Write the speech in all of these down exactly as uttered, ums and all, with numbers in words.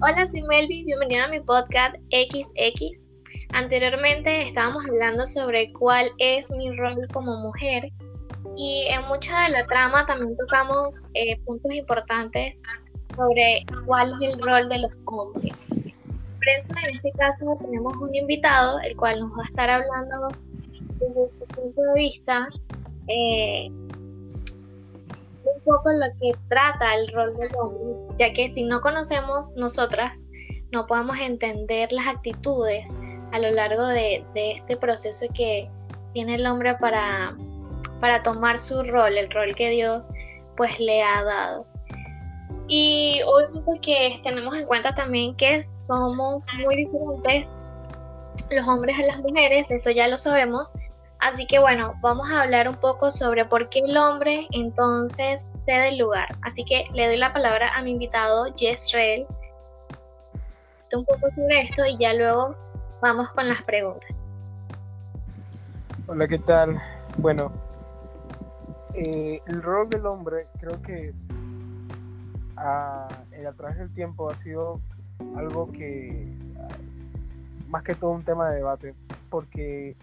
Hola, soy Melvin, bienvenido a mi podcast X X. Anteriormente estábamos hablando sobre cuál es mi rol como mujer y en mucha de la trama también tocamos eh, puntos importantes sobre cuál es el rol de los hombres. Por eso en este caso tenemos un invitado, el cual nos va a estar hablando desde su punto de vista eh, un poco lo que trata el rol del hombre, ya que si no conocemos nosotras, no podemos entender las actitudes a lo largo de, de este proceso que tiene el hombre para, para tomar su rol, el rol que Dios pues le ha dado. Y obviamente que tenemos en cuenta también que somos muy diferentes los hombres a las mujeres, eso ya lo sabemos. Así que bueno, vamos a hablar un poco sobre por qué el hombre entonces cede el lugar. Así que le doy la palabra a mi invitado, Yesreel, un poco sobre esto y ya luego vamos con las preguntas. Hola, ¿qué tal? Bueno, eh, el rol del hombre creo que a, a través del tiempo ha sido algo que más que todo un tema de debate, porque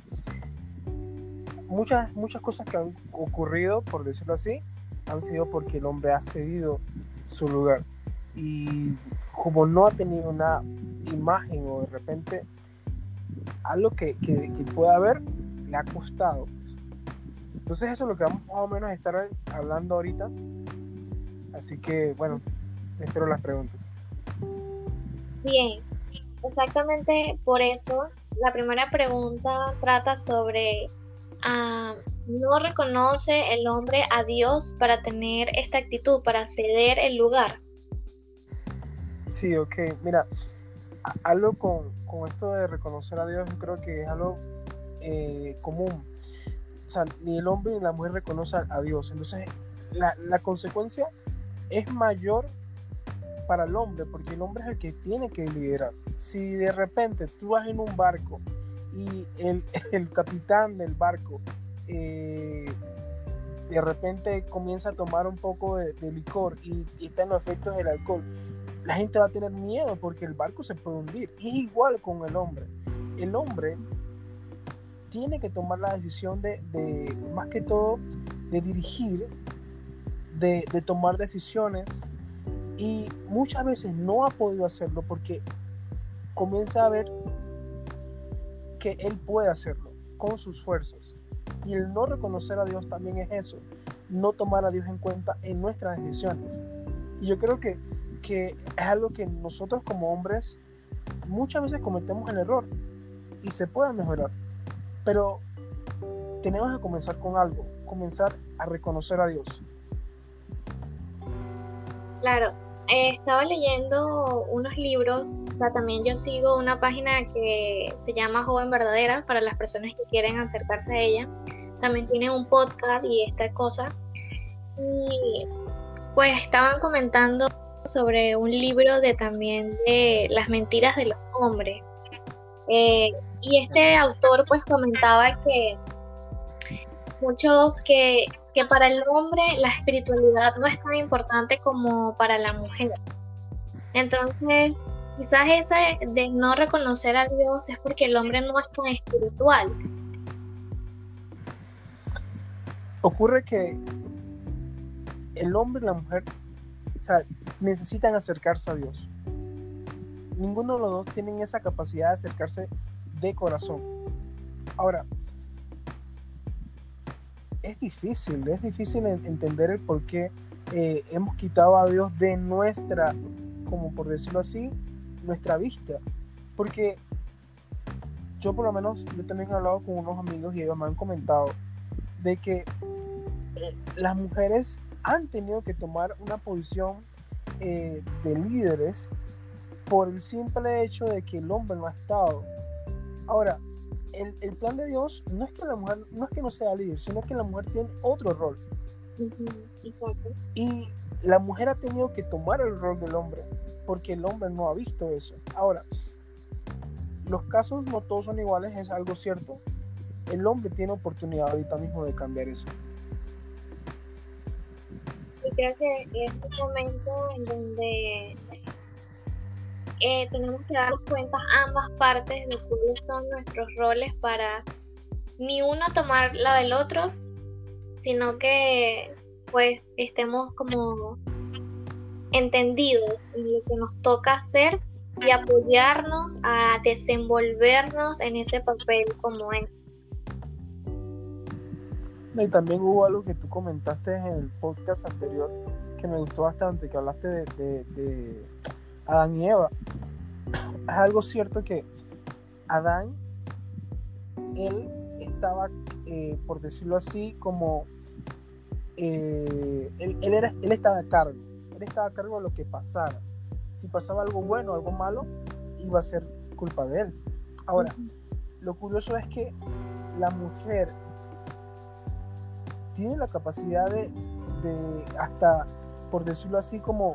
muchas, muchas cosas que han ocurrido, por decirlo así, han sido porque el hombre ha cedido su lugar. Y como no ha tenido una imagen o de repente algo que, que, que pueda haber, le ha costado. Entonces eso es lo que vamos más o menos a estar hablando ahorita. Así que, bueno, espero las preguntas. Bien, exactamente por eso la primera pregunta trata sobre ah, no reconoce el hombre a Dios para tener esta actitud, para ceder el lugar. Sí, ok. Mira, algo con, con esto de reconocer a Dios, yo creo que es algo eh, común. O sea, ni el hombre ni la mujer reconocen a Dios. Entonces, la, la consecuencia es mayor para el hombre, porque el hombre es el que tiene que liderar. Si de repente tú vas en un barco y el, el capitán del barco eh, de repente comienza a tomar un poco de, de licor y, y está en los efectos del alcohol, la gente va a tener miedo porque el barco se puede hundir. Y es igual con el hombre. El hombre tiene que tomar la decisión de, de más que todo, de dirigir, de, de tomar decisiones, y muchas veces no ha podido hacerlo porque comienza a ver que él puede hacerlo con sus fuerzas. Y el no reconocer a Dios también es eso, no tomar a Dios en cuenta en nuestras decisiones. Y yo creo que, que es algo que nosotros como hombres muchas veces cometemos el error y se puede mejorar, pero tenemos que comenzar con algo, comenzar a reconocer a Dios. Claro, eh, estaba leyendo unos libros, o sea, también yo sigo una página que se llama Joven Verdadera para las personas que quieren acercarse a ella. También tiene un podcast y esta cosa. Y pues estaban comentando sobre un libro de también de las mentiras de los hombres. Eh, y este autor pues comentaba que muchos que, que para el hombre la espiritualidad no es tan importante como para la mujer. Entonces, quizás esa de no reconocer a Dios es porque el hombre no es tan espiritual. Ocurre que el hombre y la mujer, o sea, necesitan acercarse a Dios. Ninguno de los dos tienen esa capacidad de acercarse de corazón. Ahora, es difícil, es difícil entender el por qué eh, hemos quitado a Dios de nuestra, como por decirlo así, nuestra vista. Porque yo por lo menos, yo también he hablado con unos amigos y ellos me han comentado de que eh, las mujeres han tenido que tomar una posición eh, de líderes por el simple hecho de que el hombre no ha estado. Ahora, el, el plan de Dios no es que la mujer no es que no sea líder, sino que la mujer tiene otro rol. Uh-huh, exacto. Y la mujer ha tenido que tomar el rol del hombre porque el hombre no ha visto eso. Ahora, los casos no todos son iguales, es algo cierto. El hombre tiene oportunidad ahorita mismo de cambiar eso. Y creo que es un momento en donde eh, tenemos que darnos cuenta ambas partes de cuáles son nuestros roles para ni uno tomar la del otro, sino que pues estemos como entendidos en lo que nos toca hacer y apoyarnos a desenvolvernos en ese papel como es. Y también hubo algo que tú comentaste en el podcast anterior que me gustó bastante, que hablaste de, de, de Adán y Eva. Es algo cierto que Adán, él estaba, eh, por decirlo así, como eh, él, él, era, él estaba a cargo, él estaba a cargo de lo que pasara. Si pasaba algo bueno o algo malo, iba a ser culpa de él. Ahora, uh-huh. Lo curioso es que la mujer tiene la capacidad de, de hasta, por decirlo así, como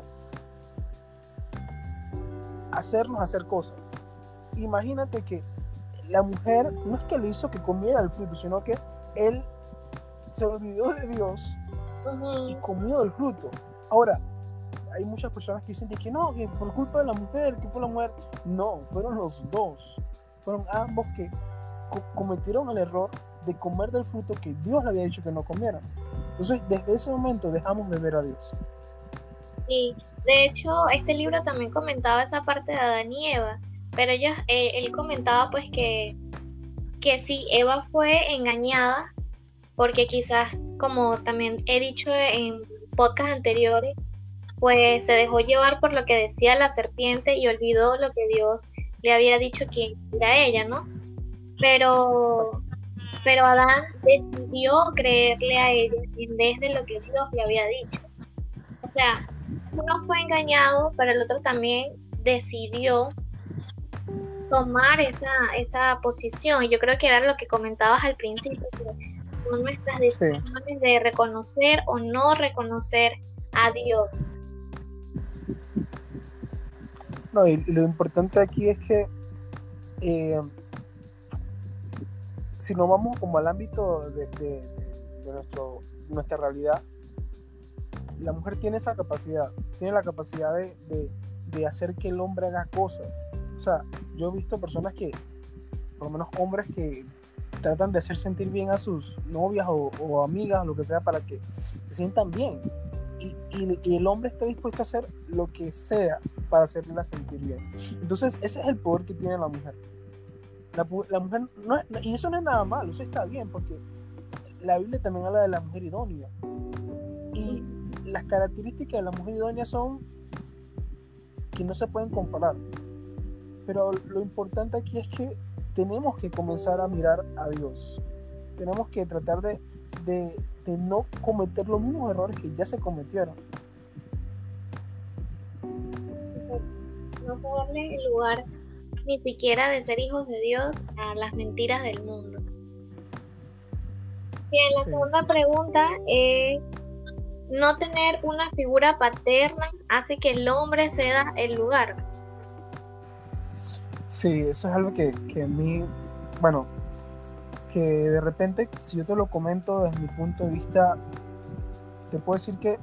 hacernos hacer cosas. Imagínate que la mujer no es que le hizo que comiera el fruto, sino que él se olvidó de Dios uh-huh. y comió del fruto. Ahora, hay muchas personas que dicen que no, que por culpa de la mujer, que fue la mujer. No, fueron los dos. Fueron ambos que co- cometieron el error de comer del fruto que Dios le había dicho que no comieran. Entonces, desde ese momento dejamos de ver a Dios. Sí, de hecho, este libro también comentaba esa parte de Adán y Eva, pero ellos, eh, él comentaba pues que, que sí, Eva fue engañada, porque quizás, como también he dicho en podcasts anteriores, pues se dejó llevar por lo que decía la serpiente y olvidó lo que Dios le había dicho que era ella, ¿no? Pero, pero Adán decidió creerle a ella en vez de lo que Dios le había dicho. O sea, uno fue engañado, pero el otro también decidió tomar esa, esa posición. Yo creo que era lo que comentabas al principio, que son nuestras decisiones sí. de reconocer o no reconocer a Dios. No, y lo importante aquí es que eh, si nos vamos como al ámbito de, de, de, de nuestro, nuestra realidad, la mujer tiene esa capacidad, tiene la capacidad de, de, de hacer que el hombre haga cosas. O sea, yo he visto personas que, por lo menos hombres que tratan de hacer sentir bien a sus novias o, o amigas o lo que sea para que se sientan bien. Y, y, y el hombre está dispuesto a hacer lo que sea para hacerla sentir bien. Entonces, ese es el poder que tiene la mujer. La, la mujer, no es, y eso no es nada malo, eso está bien, porque la Biblia también habla de la mujer idónea. Y las características de la mujer idónea son que no se pueden comparar. Pero lo importante aquí es que tenemos que comenzar a mirar a Dios. Tenemos que tratar de, de, de no cometer los mismos errores que ya se cometieron. No darle el lugar ni siquiera de ser hijos de Dios a las mentiras del mundo. Bien, la sí. segunda pregunta es: ¿no tener una figura paterna hace que el hombre ceda el lugar? Sí, eso es algo que, que a mí, bueno, que de repente, si yo te lo comento desde mi punto de vista, te puedo decir que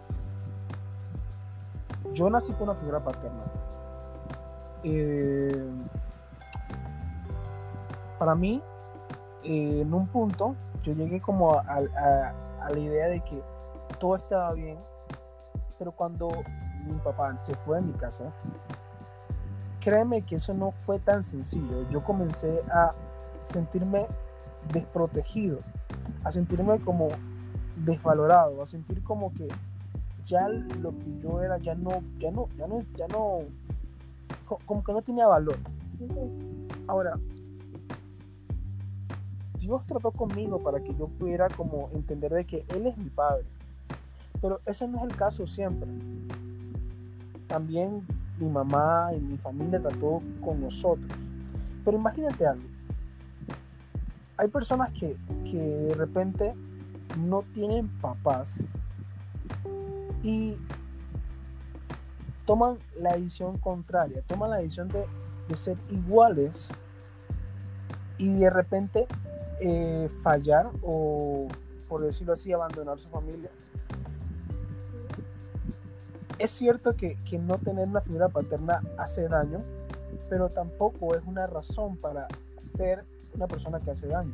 yo nací con una figura paterna. Eh, para mí, eh, en un punto, yo llegué como a, a, a la idea de que todo estaba bien, pero cuando mi papá se fue de mi casa, créeme que eso no fue tan sencillo. Yo comencé a sentirme desprotegido, a sentirme como desvalorado, a sentir como que ya lo que yo era ya no, ya no, ya no, ya no, como que no tenía valor. Ahora, Dios trató conmigo para que yo pudiera como entender de que Él es mi padre, pero ese no es el caso siempre. También mi mamá y mi familia trató con nosotros. Pero imagínate algo. Hay personas que, que de repente no tienen papás y toman la decisión contraria, toman la decisión de, de ser iguales y de repente eh, fallar o, por decirlo así, abandonar su familia. Es cierto que, que no tener una figura paterna hace daño, pero tampoco es una razón para ser una persona que hace daño.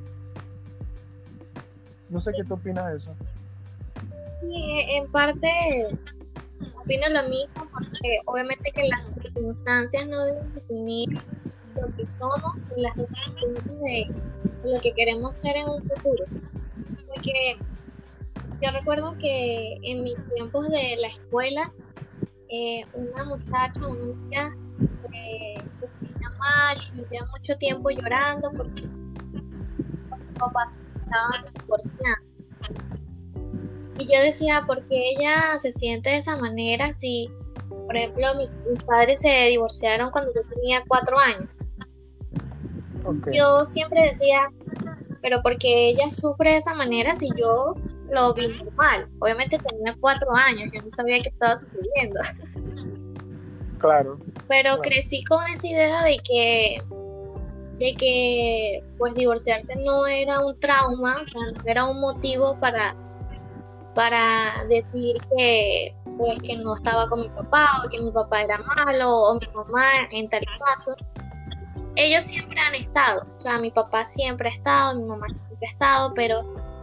No sé qué tú opinas de eso. Sí, en parte opino lo mismo, porque obviamente que las circunstancias no deben definir lo que somos y las decisiones de lo que queremos ser en un futuro. Porque yo recuerdo que en mis tiempos de la escuela, eh, una muchacha, una amiga, eh, se sentía mal y vivía mucho tiempo llorando porque sus papás se estaban divorciando. Y yo decía, ¿por qué ella se siente de esa manera si, por ejemplo, mi- mis padres se divorciaron cuando yo tenía cuatro años? Okay. Yo siempre decía, pero porque ella sufre de esa manera si yo lo vi normal. Obviamente tenía cuatro años, yo no sabía qué estaba sucediendo, Claro, pero claro, crecí con esa idea de que, de que pues divorciarse no era un trauma, o sea, no era un motivo para, para decir que pues que no estaba con mi papá o que mi papá era malo o mi mamá en tal caso. Ellos siempre han estado, o sea, mi papá siempre ha estado, mi mamá siempre ha estado, pero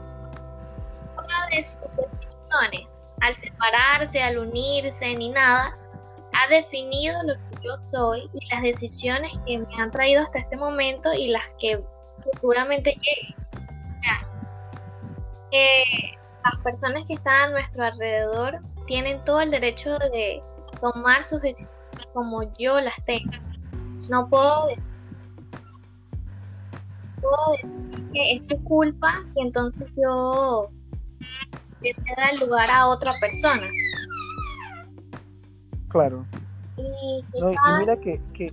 de sus decisiones, al separarse, al unirse, ni nada, ha definido lo que yo soy y las decisiones que me han traído hasta este momento y las que futuramente lleguen. O sea, que las personas que están a nuestro alrededor tienen todo el derecho de tomar sus decisiones como yo las tengo. No puedo, puedo decir que es su culpa y entonces yo le ceda el lugar a otra persona. claro. Y No, y quizás, mira que, que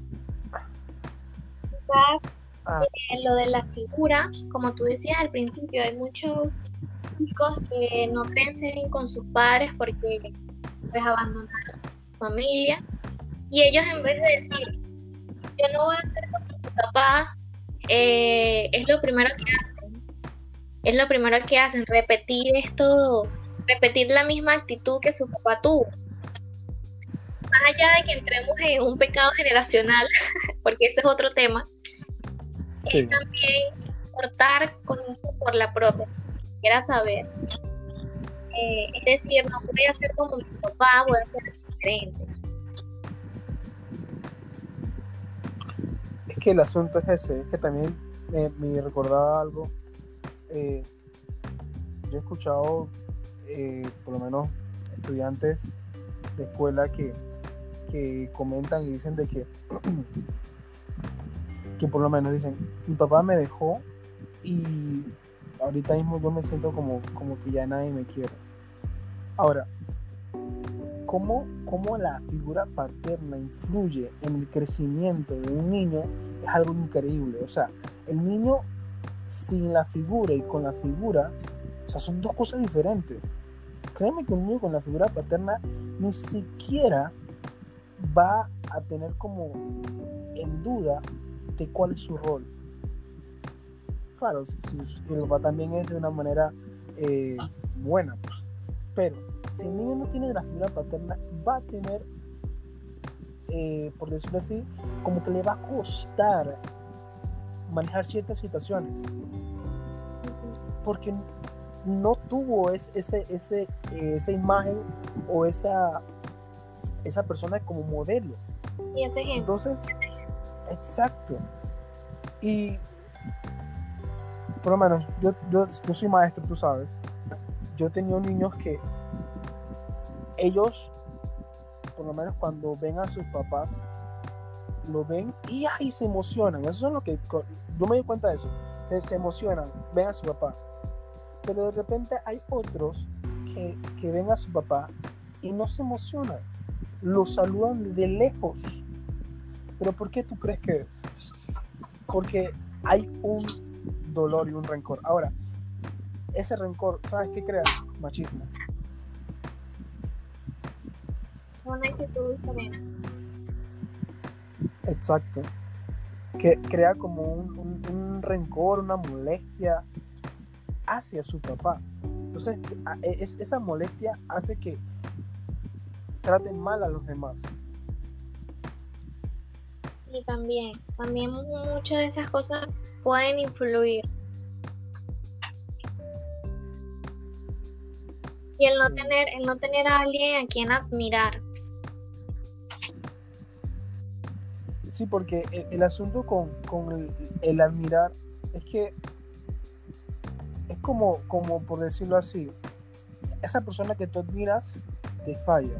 quizás ah, en lo de la figura, como tú decías al principio, hay muchos chicos que no crecen con sus padres porque pues abandonaron su familia y ellos en vez de decir, yo no voy a ser como mi papá, eh, es lo primero que hacen, es lo primero que hacen, repetir esto, repetir la misma actitud que su papá tuvo. Más allá de que entremos en un pecado generacional, porque ese es otro tema, es sí, también cortar con eso por la propia. Quiera saber. Eh, es decir, no voy a ser como mi papá, voy a ser diferente. es que el asunto es ese, es que también eh, me recordaba algo. eh, yo he escuchado, eh, por lo menos, estudiantes de escuela que, que comentan y dicen de que, que por lo menos dicen, mi papá me dejó y ahorita mismo yo me siento como, como que ya nadie me quiere. Ahora, ¿cómo, cómo la figura paterna influye en el crecimiento de un niño? Es algo increíble. O sea, el niño sin la figura y con la figura, o sea, son dos cosas diferentes. Créeme que un niño con la figura paterna ni siquiera va a tener como en duda de cuál es su rol. Claro, si, si el papá también es de una manera eh, buena, pues. Pero si el niño no tiene la figura paterna, va a tener, eh, por decirlo así, como que le va a costar manejar ciertas situaciones. Porque no tuvo ese, ese, ese, esa imagen o esa, esa persona como modelo. Y ese ejemplo. Entonces, exacto. Y por lo menos, yo, yo, yo soy maestro, tú sabes. Yo he tenido niños que ellos, por lo menos cuando ven a sus papás, lo ven y ay, se emocionan. Eso es lo que yo me doy cuenta de eso. Se emocionan, ven a su papá. Pero de repente hay otros que, que ven a su papá y no se emocionan. Lo saludan de lejos. ¿Pero por qué tú crees que es? Porque hay un dolor y un rencor. Ahora, ese rencor, ¿sabes qué crea? Machismo. Una actitud diferente. Exacto. Que crea como un, un, un rencor, una molestia hacia su papá. Entonces, es, esa molestia hace que traten mal a los demás. Y también, también muchas de esas cosas pueden influir. Y el no Sí. tener, el no tener a alguien a quien admirar. Sí, porque el, el asunto con, con el, el admirar es que es como, como, por decirlo así, esa persona que tú admiras te falla.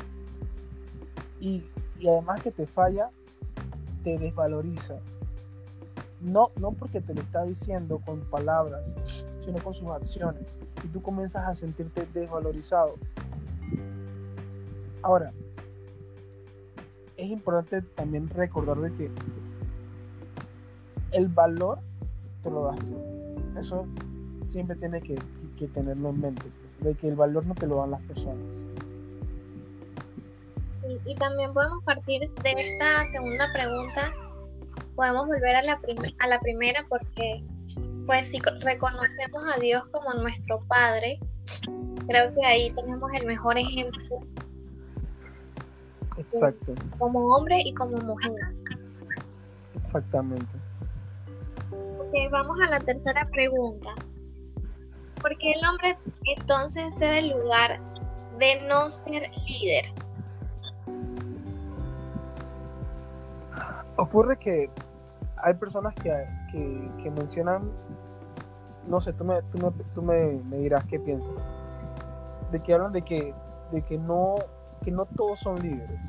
Y, y además que te falla, te desvaloriza. No, no porque te lo está diciendo con palabras, sino con sus acciones. Y tú comienzas a sentirte desvalorizado. Ahora, es importante también recordar de que el valor te lo das tú. Eso siempre tiene que, que tenerlo en mente, pues, de que el valor no te lo dan las personas. Y, y también podemos partir de esta segunda pregunta, podemos volver a la, prim- a la primera porque pues si reconocemos a Dios como nuestro Padre, creo que ahí tenemos el mejor ejemplo. Exacto. Como hombre y como mujer. Exactamente. Ok, vamos a la tercera pregunta. ¿Por qué el hombre entonces cede el lugar de no ser líder? Ocurre que hay personas que, que, que mencionan, no sé, tú, me, tú, me, tú me, me dirás qué piensas, de que hablan de que, de que, no, que no todos son líderes.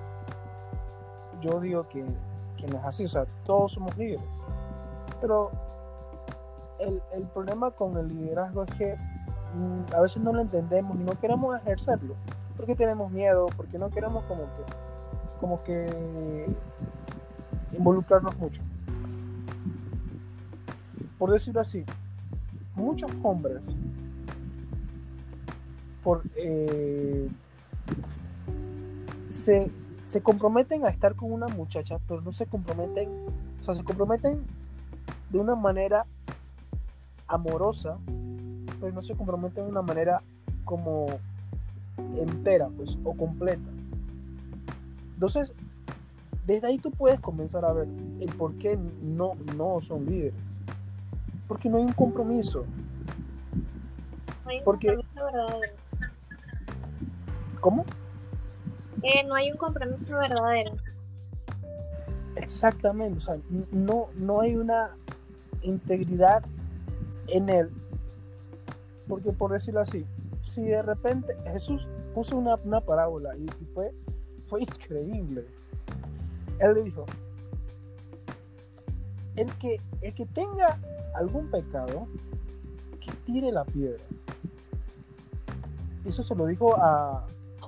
Yo digo que, que no es así, o sea, todos somos líderes. Pero el, el problema con el liderazgo es que mmm, a veces no lo entendemos y no queremos ejercerlo, porque tenemos miedo, porque no queremos como que, como que involucrarnos mucho. Por decirlo así, muchos hombres por, eh, se, se comprometen a estar con una muchacha, pero no se comprometen, o sea, se comprometen de una manera amorosa, pero no se comprometen de una manera como entera, pues, o completa. Entonces, desde ahí tú puedes comenzar a ver el por qué no, no son líderes. Porque no hay un compromiso. No hay un Porque, compromiso verdadero. ¿cómo? Eh, no hay un compromiso verdadero. Exactamente, o sea, no, no hay una integridad en él. Porque por decirlo así, si de repente Jesús puso una, una parábola y, y fue, fue increíble. Él le dijo, el que, el que tenga algún pecado, que tire la piedra. Eso se lo dijo a,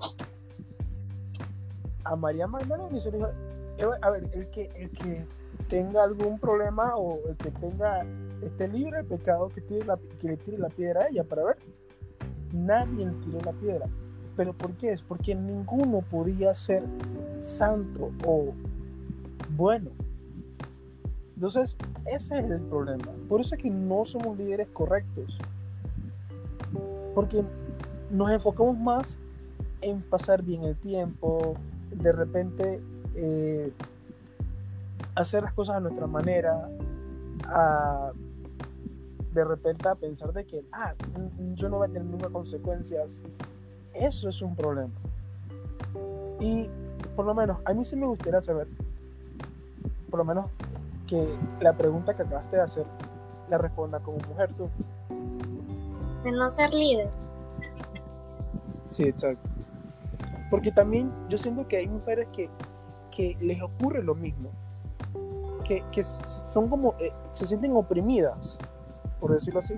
a María Magdalena y se lo dijo, a ver, el que, el que tenga algún problema o el que tenga esté libre de pecado, que, tire la, que le tire la piedra a ella para ver. Nadie le tiró la piedra. ¿Pero por qué? Es porque ninguno podía ser santo o bueno. Entonces, ese es el problema. Por eso es que no somos líderes correctos. Porque nos enfocamos más en pasar bien el tiempo, de repente eh, hacer las cosas a nuestra manera, a, de repente a pensar de que ah, yo no voy a tener ninguna consecuencias. Eso es un problema. Y por lo menos a mí sí me gustaría saber, por lo menos que la pregunta que acabaste de hacer la responda como mujer tú. De no ser líder. Sí, exacto. Porque también yo siento que hay mujeres que, que les ocurre lo mismo. Que, que son como, eh, se sienten oprimidas, por decirlo así.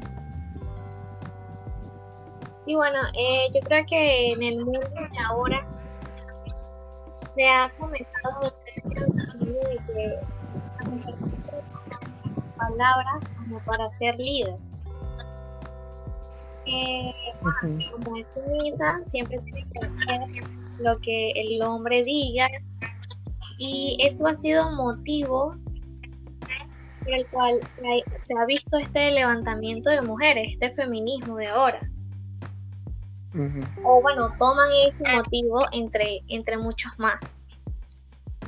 Y bueno, eh, yo creo que en el mundo de ahora se ha fomentado de que la mujer tiene palabras como para ser líder. Eh, Uh-huh. Como es sumisa, siempre tiene que hacer lo que el hombre diga. Y eso ha sido motivo por el cual se ha visto este levantamiento de mujeres, este feminismo de ahora. Uh-huh. O bueno, toman ese motivo entre, entre muchos más.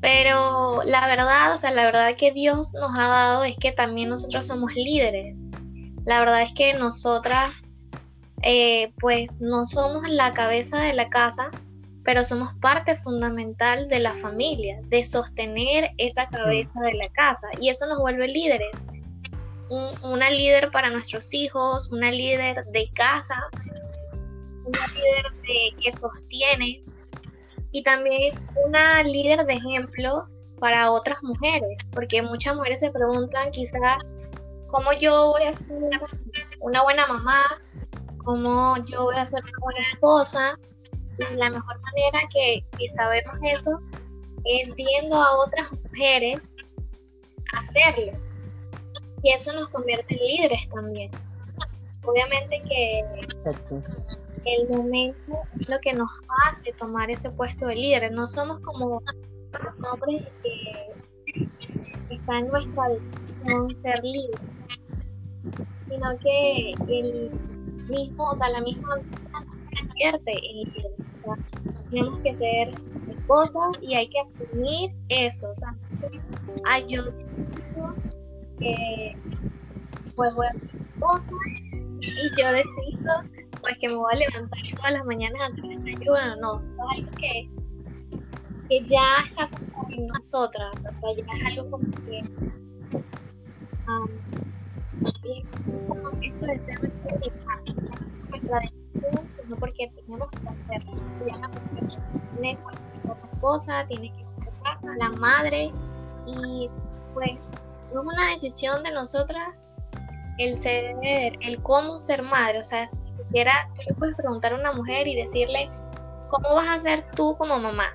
Pero la verdad, o sea, la verdad que Dios nos ha dado es que también nosotros somos líderes. La verdad es que nosotras, eh, pues no somos la cabeza de la casa, pero somos parte fundamental de la familia, de sostener esa cabeza de la casa. Y eso nos vuelve líderes. Un, una líder para nuestros hijos, una líder de casa, una líder de, que sostiene, y también una líder de ejemplo para otras mujeres, porque muchas mujeres se preguntan quizás cómo yo voy a ser una, una buena mamá, cómo yo voy a ser una buena esposa, y la mejor manera que, que sabemos eso es viendo a otras mujeres hacerlo, y eso nos convierte en líderes también. Obviamente que Exacto. el momento es lo que nos hace tomar ese puesto de líder. No somos como los hombres que está en nuestra decisión ser líder, sino que el mismo, o sea, la misma vida nos convierte en líder. O sea, tenemos que ser esposas y hay que asumir eso. O sea, ay, yo decido que pues voy a ser esposa y yo decido pues que me voy a levantar todas las mañanas a hacer desayuno. No, eso es algo que, que ya está como en nosotras, o sea, ya es algo como que um, es como eso de ser nuestra decisión, no porque tenemos que hacerlo. Ya la mujer tiene cualquier otra cosa, tiene que ser la madre, y pues no es una decisión de nosotras el ser, el cómo ser madre. O sea, ni siquiera tú le puedes preguntar a una mujer y decirle cómo vas a ser tú como mamá.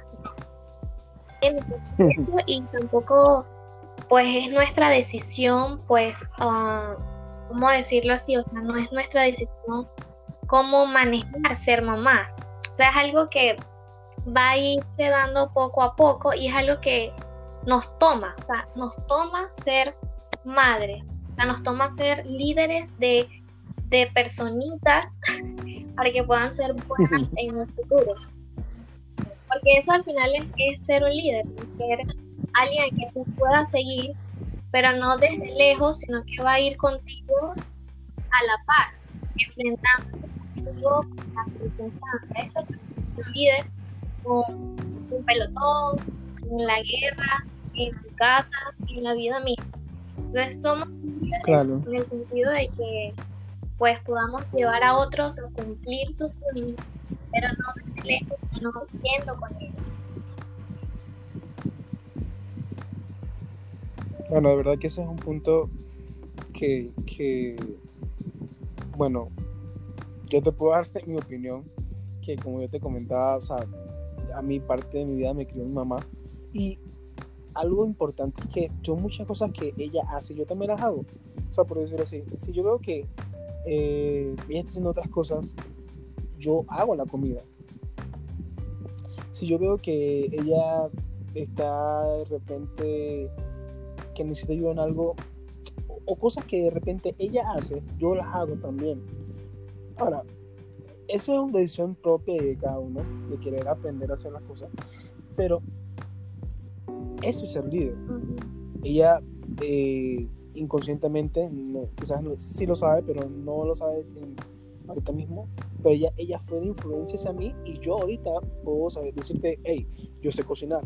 Eso, y tampoco pues es nuestra decisión, pues uh, cómo decirlo así, o sea, no es nuestra decisión cómo manejar ser mamás. O sea, es algo que va a irse dando poco a poco y es algo que nos toma, o sea, nos toma ser madre, o sea, nos toma ser líderes de, de personitas para que puedan ser buenas en el futuro. Porque eso al final es, es ser un líder, ser alguien que tú puedas seguir, pero no desde lejos, sino que va a ir contigo a la par, enfrentando contigo las circunstancias. Esto es un líder con un pelotón, en la guerra, en tu casa, en la vida misma. Entonces somos líderes, claro, en el sentido de que pues podamos llevar a otros a cumplir sus sueños, pero no desde lejos, sino yendo con ellos. Bueno, de verdad que ese es un punto que, que bueno, yo te puedo dar mi opinión, que como yo te comentaba, o sea, a mí parte de mi vida me crió mi mamá, y algo importante es que yo muchas cosas que ella hace, yo también las hago. O sea, por decirlo así, si yo veo que eh, ella está haciendo otras cosas, yo hago la comida. Si yo veo que ella está de repente que necesita ayuda en algo, o, o cosas que de repente ella hace, yo las hago también. Ahora, eso es una decisión propia de cada uno, de querer aprender a hacer las cosas, pero eso es ser líder. Uh-huh. Ella eh, inconscientemente, no, quizás no, sí lo sabe, pero no lo sabe en, ahorita mismo, pero ella, ella fue de influencia hacia mí, y yo ahorita puedo saber, decirte, hey, yo sé cocinar,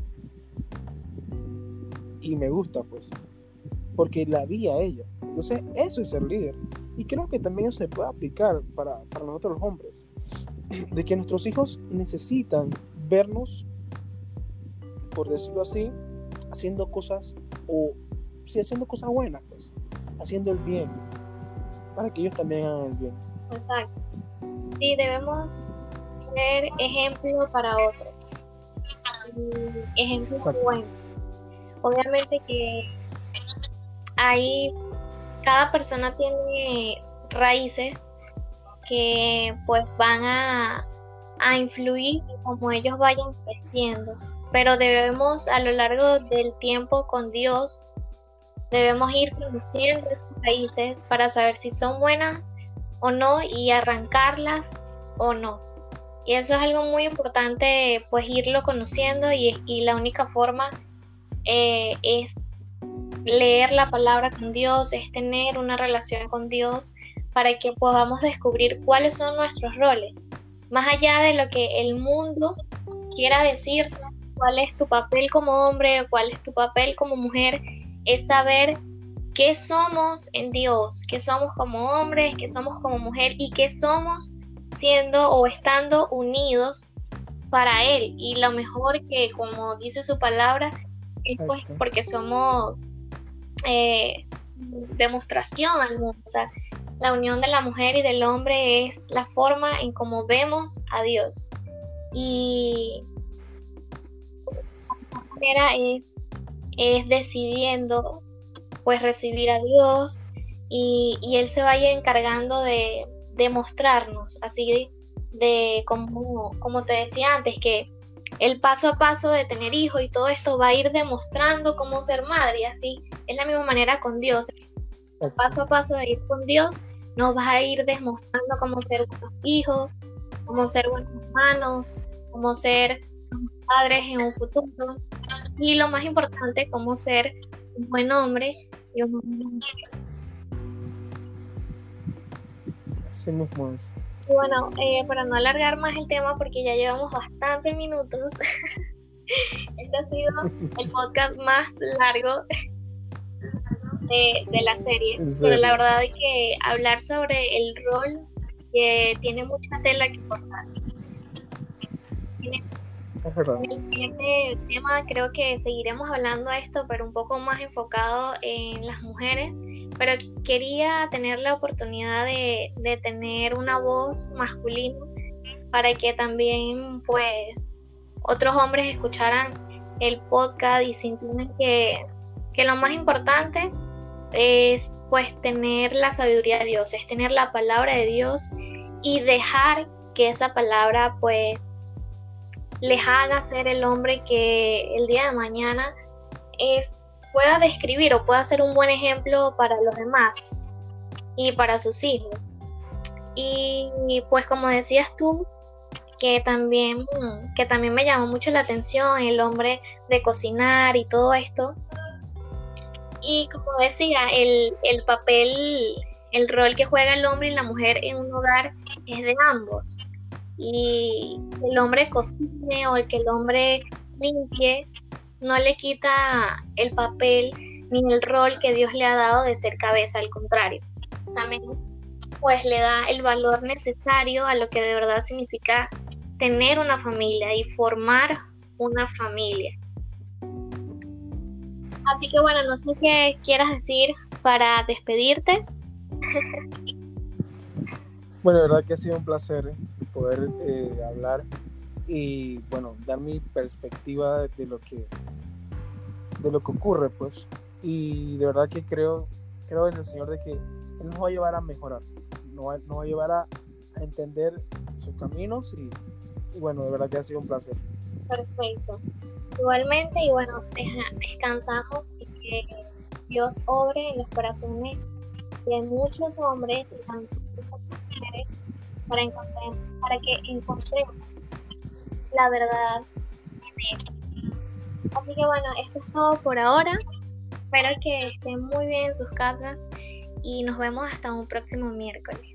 y me gusta, pues, porque la vi a ella. Entonces eso es ser líder, y creo que también se puede aplicar para, para nosotros los hombres, de que nuestros hijos necesitan vernos, por decirlo así, haciendo cosas, o sí, haciendo cosas buenas, pues, haciendo el bien, para que ellos también hagan el bien. Exacto. Sí, debemos ser ejemplo para otros. Ejemplo bueno. Obviamente que hay, cada persona tiene raíces que pues van a, a influir como ellos vayan creciendo, pero debemos a lo largo del tiempo con Dios, debemos ir conociendo esas raíces para saber si son buenas o no, y arrancarlas o no. Y eso es algo muy importante, pues irlo conociendo, y, y la única forma eh, es leer la palabra con Dios, es tener una relación con Dios para que podamos descubrir cuáles son nuestros roles. Más allá de lo que el mundo quiera decirnos, cuál es tu papel como hombre, cuál es tu papel como mujer, es saber qué somos en Dios, qué somos como hombres, qué somos como mujer y qué somos siendo o estando unidos para Él. Y lo mejor que, como dice su palabra, es pues Exacto. porque somos eh, demostración al mundo. O sea, la unión de la mujer y del hombre es la forma en cómo vemos a Dios. Y la manera es, es decidiendo pues recibir a Dios y, y Él se vaya encargando de, de mostrarnos, así de, de como, como te decía antes, que el paso a paso de tener hijos y todo esto va a ir demostrando cómo ser madre, y así es la misma manera con Dios. El paso a paso de ir con Dios nos va a ir demostrando cómo ser buenos hijos, cómo ser buenos hermanos, cómo ser padres en un futuro y lo más importante, cómo ser un buen hombre y un buen mujer. Así mismo es. Y bueno, eh, para no alargar más el tema porque ya llevamos bastantes minutos, este ha sido el podcast más largo de, de la serie, En pero la serio. verdad es que hablar sobre el rol que tiene mucha tela que cortar. Tiene Es verdad. En el siguiente tema creo que seguiremos hablando de esto, pero un poco más enfocado en las mujeres. Pero quería tener la oportunidad de, de tener una voz masculina para que también pues otros hombres escucharan el podcast y sintieran que, que lo más importante es pues tener la sabiduría de Dios, es tener la palabra de Dios y dejar que esa palabra pues les haga ser el hombre que el día de mañana es, pueda describir o pueda ser un buen ejemplo para los demás y para sus hijos. Y, y pues como decías tú, que también, que también me llamó mucho la atención el hombre de cocinar y todo esto. Y como decía, el, el papel, el rol que juega el hombre y la mujer en un hogar es de ambos. Y el hombre cocine o el que el hombre limpie no le quita el papel ni el rol que Dios le ha dado de ser cabeza, al contrario. También pues le da el valor necesario a lo que de verdad significa tener una familia y formar una familia. Así que bueno, no sé qué quieras decir para despedirte. Bueno, de verdad que ha sido un placer poder eh, hablar y bueno, dar mi perspectiva de, de lo que de lo que ocurre, pues. Y de verdad que creo creo en el Señor de que Él nos va a llevar a mejorar, nos va, nos va a llevar a, a entender sus caminos y, y bueno, de verdad que ha sido un placer. Perfecto. Igualmente, y bueno, deja, descansamos y que Dios obre en los corazones de muchos hombres y también de muchas mujeres para, encontrar, para que encontremos la verdad en Él. Así que bueno, esto es todo por ahora. Espero que estén muy bien en sus casas y nos vemos hasta un próximo miércoles.